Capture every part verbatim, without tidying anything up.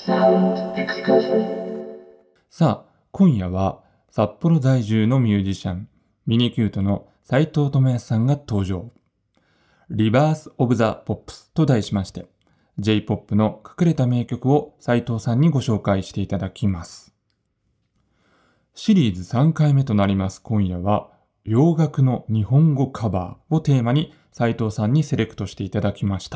Sound excursion. さあ、今夜は札幌在住のミュージシャン、ミニキュートの斉藤智康さんが登場。リバース・オブ・ザ・ポップスと題しまして、J-ポップ の隠れた名曲を斉藤さんにご紹介していただきます。シリーズさんかいめとなります今夜は、洋楽の日本語カバーをテーマに斉藤さんにセレクトしていただきました。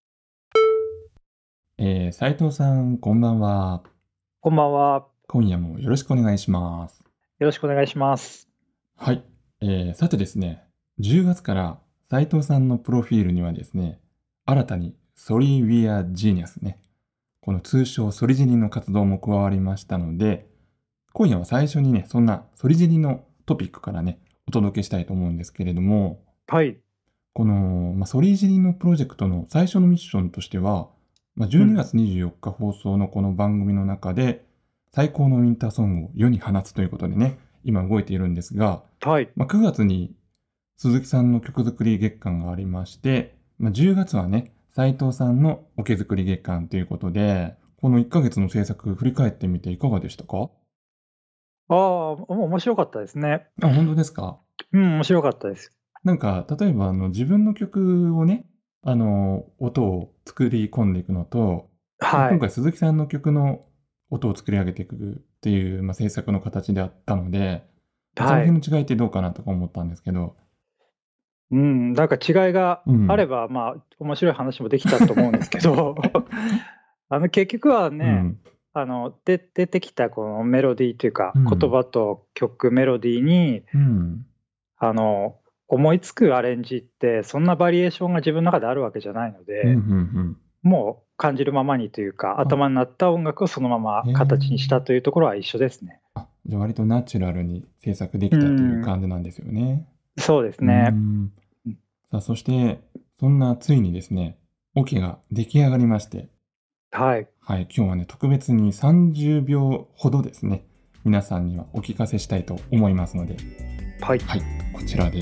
えー、斉藤さん、こんばんは。 こんばんは。 今夜もよろしくお願いします。 よろしくお願いします。 はい、えー、さてですね、じゅうがつから斉藤さんのプロフィールにはですね、新たにソリー・ウィア・ジーニアスね、この通称ソリジニの活動も加わりましたので、今夜は最初にね、そんなソリジニのトピックからね、お届けしたいと思うんですけれども、 はい。 この、まあ、ソリジニのプロジェクトの最初のミッションとしては、まあ、じゅうにがつにじゅうよっか放送のこの番組の中で、最高のウィンターソングを世に放つということでね、今動いているんですが、 はい。 まあ、くがつに鈴木さんの曲作り月間がありまして、まあ、じゅうがつはね、斉藤さんのオケ作り月間ということで、このいっかげつの制作振り返ってみていかがでしたか？ ああ、お面白かったですね。 あ、本当ですか？ うん、面白かったです。 なんか、例えばあの自分の曲をね、あの、音を作り込んでいくのと、まあ、 はい。 今回鈴木さんの曲の音を作り上げていくっていう、まあ、制作の形であったので、そのはい。 辺の違いってどうかなとか思ったんですけど。 うん、なんか違いがうん。 あれば、まあ、面白い話もできたと思うんですけど、あの、結局はうね、 ん。 あの、で出てきたこのメロディーというか、 うん。 言葉と曲、メロディーに、 うん。 あの、思いつくアレンジって、そんなバリエーションが自分の中であるわけじゃないのうん、うで、 ん、 もう感じるままにというか、 あ、 頭になった音楽をそのままへ形にしたえ。 というところは一緒ですね。 あ、じゃあ割とナチュラルに制作でうきたというん、 感じなんですよね。 そうですうーね。 ん。 うん、 さあ、そして、そんなついにですね、オケが出来上がりまして、 はい。 はい、今日はね、特別にさんじゅうびょうほどですね、皆さんにはお聞かせしたいと思いますので、 はい。 はい、こちらです。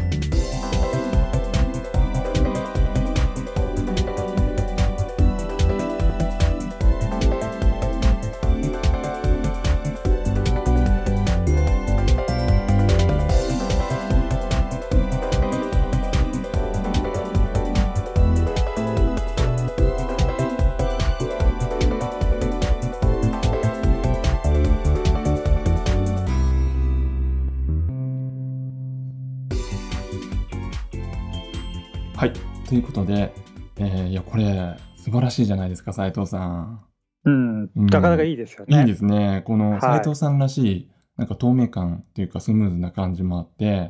はい、ということで、えー、いや、これ、素晴らしいじゃないですか、斉藤さん。 うん、 うなかなかん、 いいですよいいでね。 すね。この斉はい。 藤さんらしい、なんか透明感というかスムーズな感じもあって、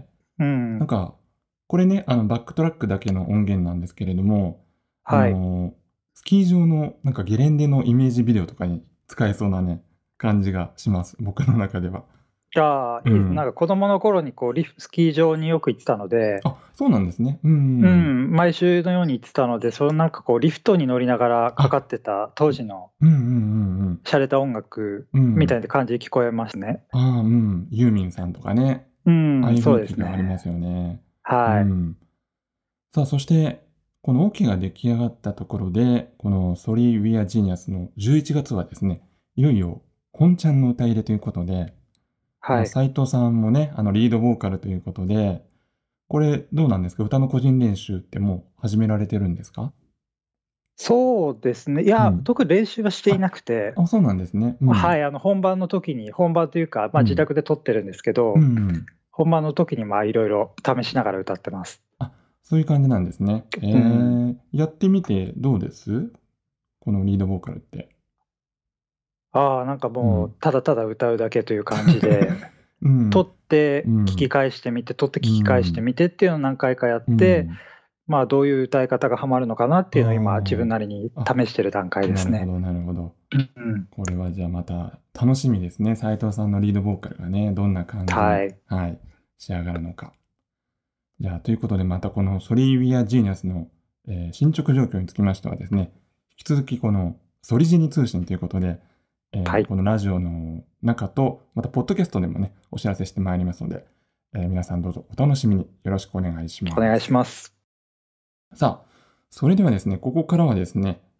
うん、 なんか、これね、あの、バックトラックだけの音源なんですけれども、あはい。 の、スキー場のなんかゲレンデのイメージビデオとかに使えそうなね、感じがします。僕の中では。 ああ、いいです。なんうん。 か子供の頃にこうリフスキー場によく行ってたので、 あ、そうなんですね。うんうんうん。 うん、毎週のように行ってたので、そのなんかこうリフトに乗りながらかかあ、 ってた当時のうんうんうんうん。 洒落た音楽うん。 みたいな感じで聞こえますね。 ああ、うん。ユーミンさんとかね。 うああん、そうですいう雰囲気がありますね。 よね。うはい。 ん。さあ、そして、このオケが出来上がったところで、このソリー・ウィア・ジーニアスのじゅういちがつはですね、いよいよ本ちゃんの歌入れということで、まあ、 はい。 斉藤さんもね、あのリードボーカルということで、これどうなんですか？歌の個人練習ってもう始められてるんですか？ そうですね。いや、 うん。 特に練習はしていあ、 なくて、 あ、そうなんですね。うん。 はい、あの本番の時に、本番というか、まあ、自うん。 宅で撮ってるんですけうんうど、 ん。 本番の時にまあいろいろ試しながら歌ってます。 あ、そういう感じなんですね。えうん。 ー、やってみてどうです？このリードボーカルって。 ああ、なんかうん。 もうただただ歌うだけという感じで、 うん。 撮って聞きうん。 返してみて、撮って聞うき返してん。 みてっていうのを何回かやっうて、 ん。 まあ、どういう歌い方がはまるのかなっていうのを今自分あなりにあ。あ、 試してる段階ですね。 なるほどなるほど。 うんうん。 これはじゃあまた楽しみですね。斉藤さんのリードボーカルがね、どんな感じに、 はい。 はい、仕上がるのか。じゃあ、ということでまたこのソリー・ウィア・ジーニアスの、えー進捗状況につきましてはですね、引き続きこのソリジニ通信ということで、えーはい。 このラジオの中と、またポッドキャストでもね、お知らせしてまいりますので、えー皆さんどうぞお楽しみによろしくお願いしお願いします。 ます。 さあ、それではですね、ここからはですね、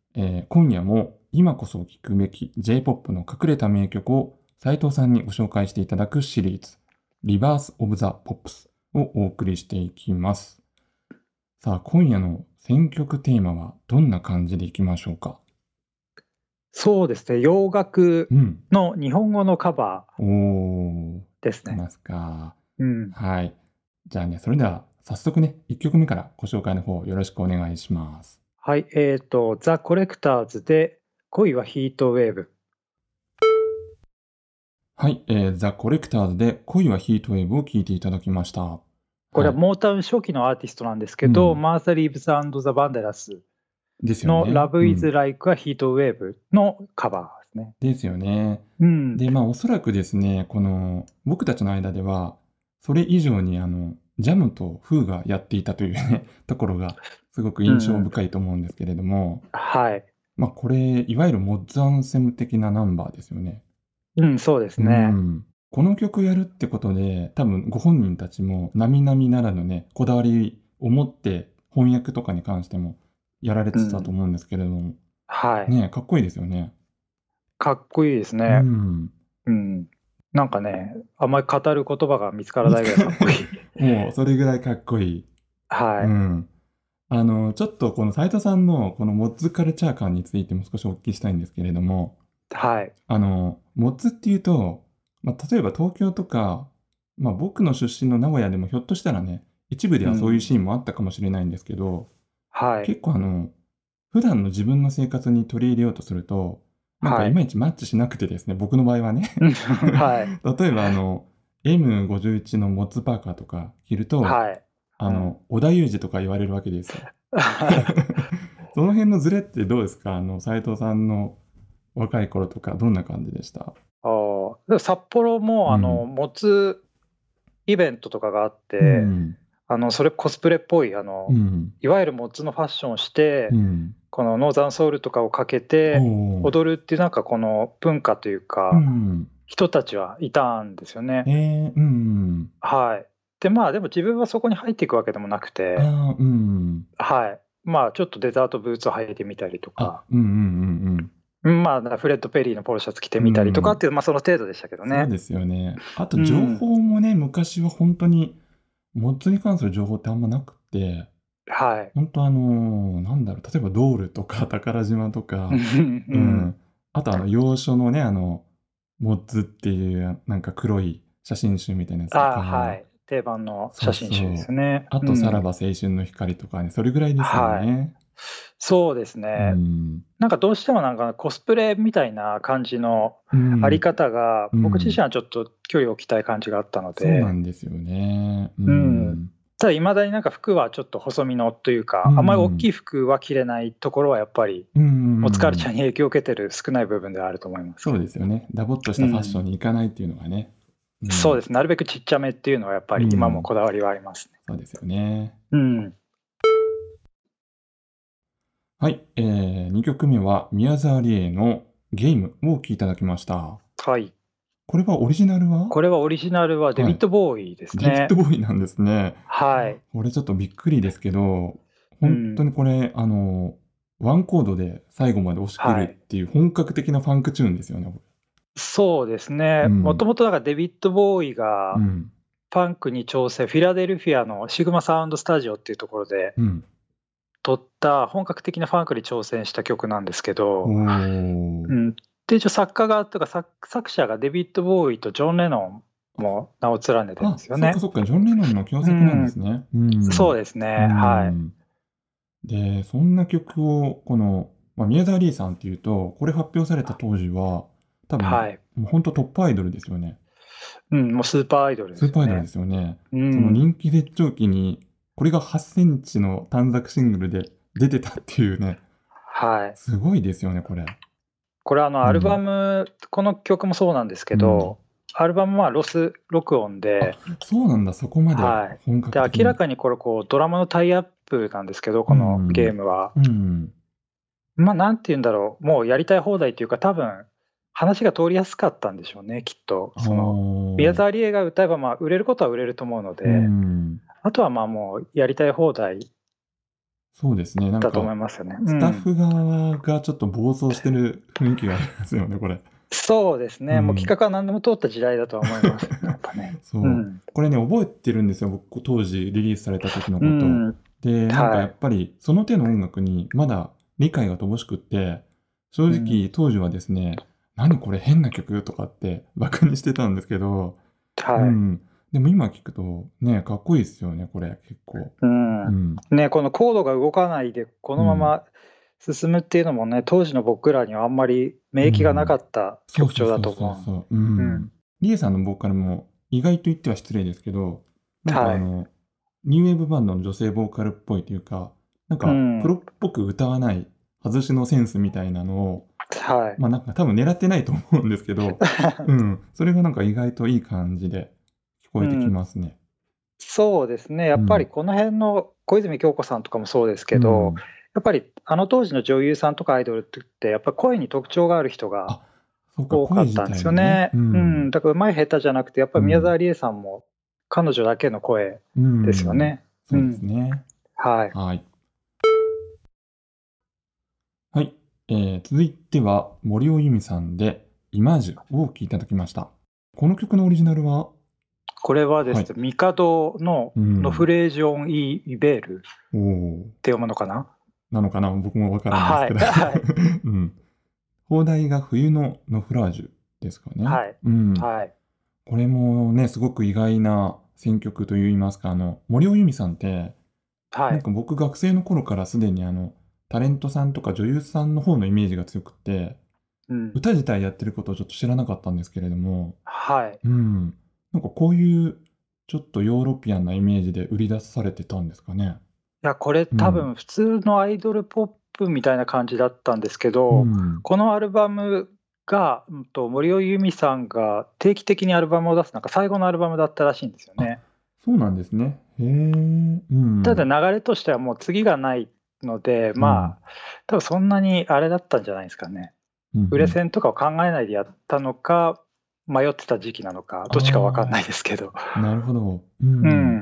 えー今夜も今こそ聴くべき J-ポップ の隠れた名曲を斉藤さんにご紹介していただくシリーズ、Reverse of the Pops をお送りしていきます。さあ、今夜の選曲テーマはどんな感じでいきましょうか？ そうですね。洋楽うん。 の日本語のカバおー、 ーですね。 いますか。 うん。 はい。じゃあね、それでは早速ね、いっきょくめからご紹介の方よろしくお願いします。 はい。えっ、と、ザ・コレクターズで恋はヒートウェーブ。 はい、えー、ザ・コレクターズで恋はヒートウェーブを聴いていただきました。 これははい。 モータウン初期のアーティストなんですけうど、 ん。 マーサ・リーブスザ・バンデラスですよのね。 Love う is ん。 Like a Heat Wave のカバーですね。 ですよね。 うん。 で、まあおそらくですね、この僕たちの間では、それ以上にあの、ジャムとフーがやっていたというね、ところがすごくう印象ん。 深いと思うんですけれども、 はい。 まあこれ、いわゆるモッツアンセム的なナンバーですよね。 うん、そうですうね。 ん。この曲やるってことで、多分ご本人たちも並々ならぬね、こだわりを持って翻訳とかに関してもやられうてたとん。 思うんですけれども、 はい。 ねえ、かっこいいですよね。 かっこいいですうね。 ん。 うん。なんかね、あんまり語る言葉が見つから見つないぐらいかっこいい。 かもうそれぐらいかっこいい。 はい。 うん。あの、ちょっとこの斉藤さんのこのモッツカルチャー感についても少しお聞きしたいんですけれども、 はい。 あの、モッツっていうと、まあ、例えば東京とか、まあ、僕の出身の名古屋でもひょっとしたらね、一部でう。 はそういうんシーンもあったかもしれないんですけど、 はい。 結構あの、普段の自分の生活に取り入れようとすると、なんかはい。 いまいちマッチしなくてですね、僕の場合はね。 うんはい。 例えばあの、エムごじゅういち のモッツパーカーとか着ると、 はい。うん。 あの、織田裕二とか言われるわけですよ。その辺のズレってどうですか？あの、斉藤さんの若い頃とか、どんな感じでした？ ああ、でも札幌もうあの、 ん。 モツイベントとかがあっうて、 ん。 あの、それコスプレっぽい、あうの、 ん。 いわゆるモツのファッションをして、 うん。 このノーザンソウルとかをかけおてお。 踊るっていうなんかこの文化といううか、 ん。 人たちはいたんですよね。 ええ、うん。 はい。で、まあ、でも自分はそこに入っていくわけでもなくて、 ああ、うん。 はい。まあ、ちょっとデザートブーツを履いてみたりとあ、 か、 うんうんうんうん、まあ、フレッド・ペリーのポロシャツ着てうん。うみたりとかっん。 ていう、まあ、その程度でしたけどね。 そうですよね。あと情うん。 報もね、昔は本当に、モッツに関する情報ってあんまなくて、 はい。 本当あの、なんだろう、例えばドールとか宝島とうか、 ん。 うん。あとあの、洋書のね、あの、モッツっていうなんか黒い写真集みたいなやつとああ、はか、 い。定番のそう写真集ですそう。 ね。 あと、さらうん。 ば青春の光とかね、それぐらいですよはい。 ね。 そうですうね。 ん。 なんかどうしてもなんかコスプレみたいな感じのうありん。 方が、 う僕自身ん。 はちょっと距離を置きたい感じがあったのそうなで、 んですよね。ううん。 ん。 ただ未だになんか服はちょっと細身のといううか、あんまり大きん。 い服は着れないところはやっぱり、 うんうモツカルんうん。 チャーに影響を受けてる少ない部分ではあると思いますそけど。 うですよね。ダボっとしうたファッションん。 に行かないっていうのがね。うん。 そうです。なるべくちっちゃめっていうのはやっぱうり今もん。 こだわりはありますね。 そうですよね。 うん。 はい。えー、にきょくめは宮沢りえのゲームをお聴きいただきました。 はい。 これはオリジナルは？ これはオリジナルはデビッはい。 ド・ボーイですデビッド・ね。 ボーイなんですね。 はい。 これちょっとびっくりですけど、 う本当ん。 にこれ、あの、ワンコードで最後まで押し切るっはい。 ていう本格的なファンクチューンですよね、これ。 そうですうね。もとん。 もとだからデビッド・ボーイうがん。 ファンクに挑戦、フィラデルフィアのシグマサウンドスタジオっていうところでうん。 撮った本格的なファンクに挑戦した曲なんですけおど、うー。 ん。で、一応作家が、とか作作者がデビッド・ボーイとジョン・レノンも名を連ねてるんであ、 すよね。 そっかそっか、ジョン・レノンの共う作なんですん。 ね。うん。うそうですね。はい。 ん。で、そんな曲を、この、まあ、宮沢りえさんっていうと、これ発表された当時は、多分、 はい。 もう本当トップアイドルですよね。 うん、もうスーパーアイドルでスーパーアイドルですよね。 すよね。 うそのん。 人気絶頂期に、これがはちセンチの短冊シングルで出てたっていうね、 はい。 すごいですよね、これ。 これあのアルバうん。 ム、この曲もそうなんですけうん。 ど、アルバムはロス録音あ、 で、 そうなんだ、そこまではい。 本で、 格的に。 明らかにこれこうドラマのタイアップなんですけど、 うこのゲーん。 ムは。 うん。 まあ、なんて言うんだろう、もうやりたい放題っていうか、多分話が通りやすかったんでしょうね、きっと。 あその、宮あ。 沢りえが歌えば、まあ、売れることは売れると思うのうで、 ん。 あとはまあもうやりたい放題そうですね。なんだと思いか、 ますよね。うスタッん。 フ側がちょっと暴走してる雰囲気がありますよね、これ。 そうですうね。もう企ん。 画は何でも通った時代だとは思いますよね、やっぱね。うそう。 ん。 これね、覚えてるんですよ、僕、当時リリースされた時のうこと。 ん。 で、なんかはい。 やっぱり、その手の音楽にまだ理解が乏しくって、正うん。 直当時はですね、何これ変な曲とかってバカにしてたんですけど、うはい。 ん。でも今聞くと、ね、かっこいいですよね、これ、結構。 う。 うんん。 ね、このコードが動かないで、こうん。 のまま進むっていうのもね、当時の僕らにはあんまりう免疫がなかん。 ったそう曲調だそうそうと思そうそう。うう。うん。 ん。リエさんのボーカルも意外と言っては失礼ですけど、なんかはい。 あの、ニューウェーブバンドの女性ボーカルっぽいというか、なんうかプロん。 っぽく歌わない外しのセンスみたいなのを、 はい。 まあなんか多分狙ってないと思うんですけど、うん。それがなんか意外といい感じで聞こえてきうん。 ますね。 そうですね。やっぱりうん。 この辺の小泉今日子さんとかもそうですうけど、 ん。 やっぱりあの当時の女優さんとかアイドルってやっぱ声に特徴がある人があ、そうか、 多か声自ったんですよ体にね。 ね。 ううん。 ん。 だから上手い下手じゃなくて、やっぱり宮うん。 沢りえさんも彼女だけの声うですよん。 ね。うそうですん。 ね。 はい。 はい。はい。えー続いては、森尾由美さんで、イマージュを聴いていただきました。この曲のオリジナルは、 これはではい。 すね、ミカドのうノフん。 レージョン・イ・イベールっおー、 て読むのかな。 なのかな僕もわからないですはい。 けど。 はい。 うん。放題が冬のノフラージュですかね。 はい。 うん。 はい。 これもね、すごく意外な選曲といいますか、あの、森尾由美さんって、 はい。 なんか僕学生の頃からすでにあの、タレントさんとか女優さんの方のイメージが強くって、 うん。 歌自体やってることをちょっと知らなかったんですけれども、 はい。 うん。なんかこういうちょっとヨーロピアンなイメージで売り出されてたんですかね。 いや、これうん。 多分普通のアイドルポップみたいな感じだったんですけうど、 ん。 このアルバムが、うんと、森尾由美さんが定期的にアルバムを出す、なんか最後のアルバムだったらしいんですよあ、 ね。 そうなんですね。へえ。うただん。 流れとしてはもう次がないので、 うん。 まあ、多分そんなにあれだったんじゃないですかね。 うんう売れん。 線とかを考えないでやったのか、迷ってた時期なのか、どっちか分かんなあいですけど。 あ、なるほど。うん。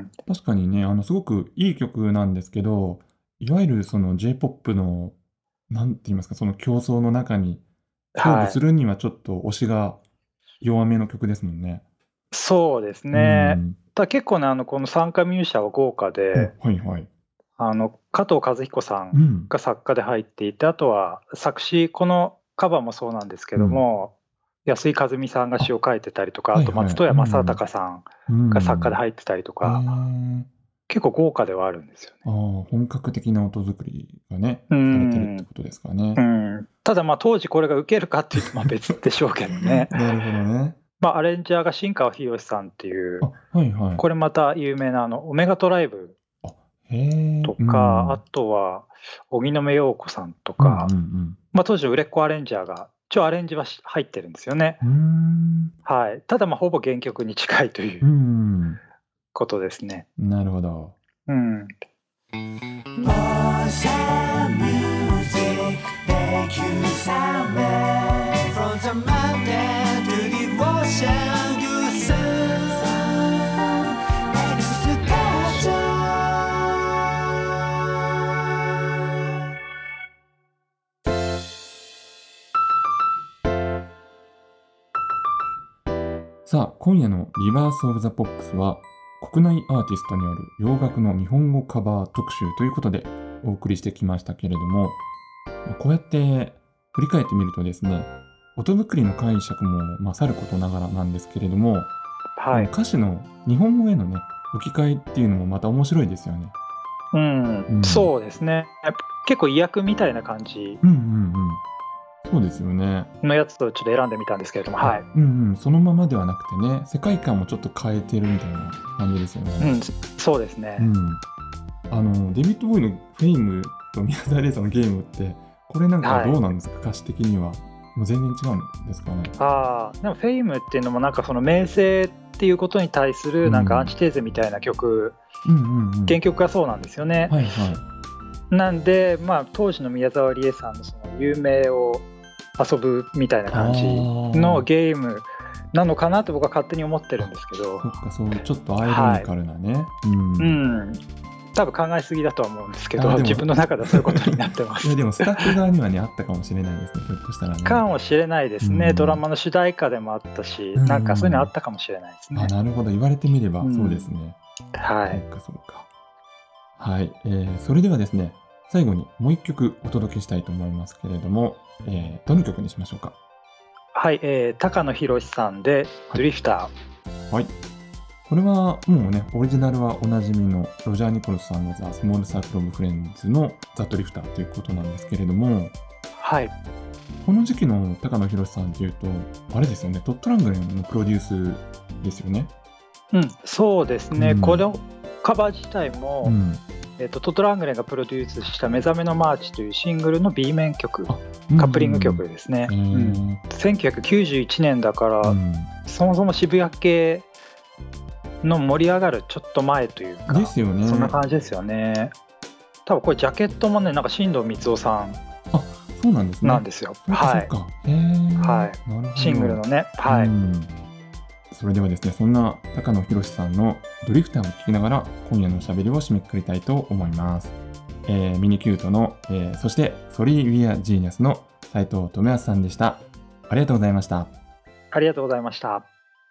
うん。 確かにね、あの、すごくいい曲なんですけど、いわゆるその J-ポップ の、なんて言いますか、その競争の中に勝負はい。 するにはちょっと推しが弱めの曲ですもんね。 そうですうね。 ん。 ただ結構ね、あの、この参加ミュージシャンは豪華お、 で、 はいはい。 あの、加藤和彦さんうん。 が作家で入っていて、あとは作詞、このカバーもそうなんですけうん。 ども、安井和美さんが詩あ、 を書いてたりとか、あと松はいはい。 任谷正うん。 隆さんうが作家でん。 入ってたりとへか、 え。 結構豪華ではあるんですよああ、 ね。 本格的な音作りがね、 うされてるってん。 ことですかね。 うん。ただまあ当時これが受けるかっていうとまあ別でしょうけどね。 なるほどね。 まあアレンジャーが新川博さんっていあ、 う、 はいはい。 これまた有名なあのオメガトライブあ、へえ、 とうか、あん。 とは荻野目洋子さんとうんうんうか、 ん。 まあ当時の売れっ子アレンジャーが、一応アレンジはし入ってるんですよね。 うーん。 はい。ただまあほぼ原曲に近いといううん。 ことですね。 なるほど。 うん。 Bossa music take you somewhere from the mountain to the ocean. You soon excursion. さあ、今夜のリバースオブザポップスは、国内アーティストによる洋楽の日本語カバー特集ということでお送りしてきましたけれども、こうやって振り返ってみるとですね、音作りの解釈もまあさることながらなんですけれども、このはい。 歌詞の日本語へのね、置き換えっていうのもまた面白いですよね。 うん。 うん。 そうですね。やっぱ結構意訳みたいな感じうんうんうん。そうですよね。 のやつとちょっと選んでみたんですけれども、 あ、 はい。 うんうん。そのままではなくてね、世界観もちょっと変えてるみたいな感じですよね。 うん、そうですね。 うん。あの、デビッド・ボーイのフェイムと宮沢りえさんのゲームって、これなんかはい。 どうなんですか、歌詞的には。もう全然違うんですかね。 ああ、でもフェイムっていうのもなんかその名声っていうことに対するなんかアンチうん。 テーゼみたいな曲、 うんうんうん。 原曲がそうなんですよね。 はいはい。 なんで、まあ当時の宮沢りえさんのその有名を遊ぶみたいなあ感じのあ、 ゲームなのかなと僕は勝手に思ってるんあ、 ですけど、 そっか、そう、ちょっとアイロニはい。 カルなね。う。 うんん。 多分考えすぎだとは思うんですけど、 あでも自分の中ではそういうことになってます。 いやでもスタッフ側にはねあったかもしれないですね、ひょっとしたらね。 かもしれないですね、 うんドラマの主題歌でもあったし、 うんなんかそういうのあったかもしれないですね。 あ、なるほど、言われてみればうんそうですね。 はい。 そうかそうか。はい、えー、それではですね、最後にもう一曲お届けしたいと思いますけれども、えー、どの曲にしましょうか。 はい、えー、高野博さんでドリフター。 はい。これはもうね、オリジナルはおなじみのロジャー・ニコルズさんのザ・スモール・サークル・オブ・フレンズのザ・ドリフターということなんですけれども、 はい。 この時期の高野博さんというと、あれですよね、トット・ラングレンのプロデュースですよね。 うん、そうですね、 うんこのカバー自体も、 うん。 えーと、トット・ラングレンがプロデュースした目覚めのマーチというシングルの B 面曲、 あカップリング曲ですね。 ううんん。 せんきゅうひゃくきゅうじゅういちねんだから、 うんそもそも渋谷系の盛り上がるちょっと前というか、 ですよね。 そんな感じですよね。多分これジャケットもね、なんか新藤光雄さんそうなんですね。 なんですよ。 そうかはい。 そうか。へーはいなるほど。 シングルのね。はい。 うんそれではですね、そんな高野博さんのドリフターを聴きながら今夜のおしゃべりを締めくくりたいと思います。えーミニキュートの、えーそしてソリー・ウィア・ジーニアスの斉藤智康さんでした。ありがとうございました。 ありがとうございました。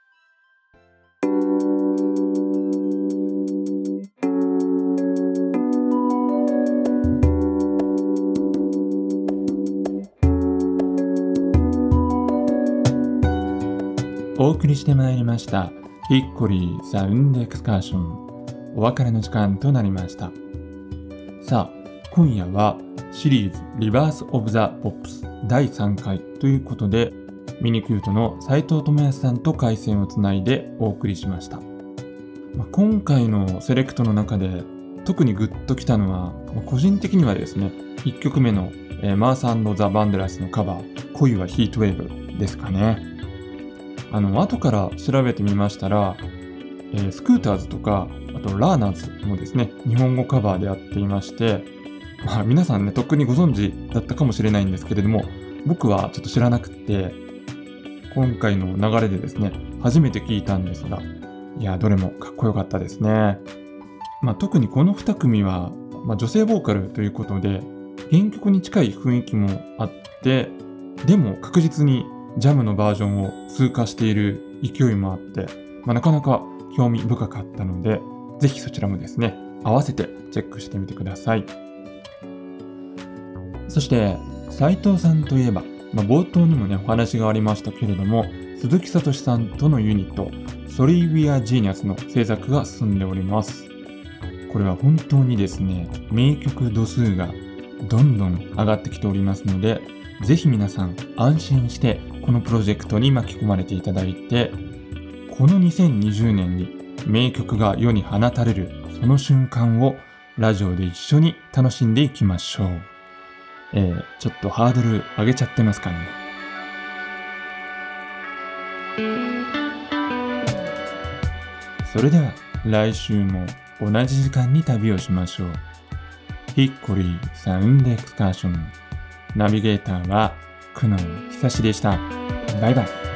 お送りしてまいりましたヒッコリーサウンドエクスカーション、お別れの時間となりました。さあ今夜はシリーズリバースオブザポップスだいさんかいということで、ミニキュートの斉藤智康さんと回線をつないでお送りしました。まあ、今回のセレクトの中で特にグッときたのは、まあ、個人的にはですね、いっきょくめの、えー、マーサ&ザ・バンデラスのカバー恋はヒートウェーブですかね。あの後から調べてみましたら、えー、スクーターズとかあとラーナーズもですね、日本語カバーでやっていまして、まあ、皆さんねとっくにご存知だったかもしれないんですけれども、僕はちょっと知らなくて今回の流れでですね初めて聞いたんですが、いやどれもかっこよかったですね。まあ、特にこのに組は、まあ、女性ボーカルということで原曲に近い雰囲気もあって、でも確実にジャムのバージョンを通過している勢いもあって、まあ、なかなか興味深かったので、ぜひそちらもですね合わせてチェックしてみてください。そして斉藤さんといえば、まあ、冒頭にもねお話がありましたけれども、鈴木聡さんとのユニットソリー・ウィア・ジーニアスの制作が進んでおります。これは本当にですね名曲度数がどんどん上がってきておりますので、ぜひ皆さん安心してこのプロジェクトに巻き込まれていただいて、このにせんにじゅうねんに名曲が世に放たれるその瞬間をラジオで一緒に楽しんでいきましょう。えー、ちょっとハードル上げちゃってますかね。それでは来週も同じ時間に旅をしましょう。ヒッコリーサウンドエクスカーション、ナビゲーターは久能久志でした。バイバイ。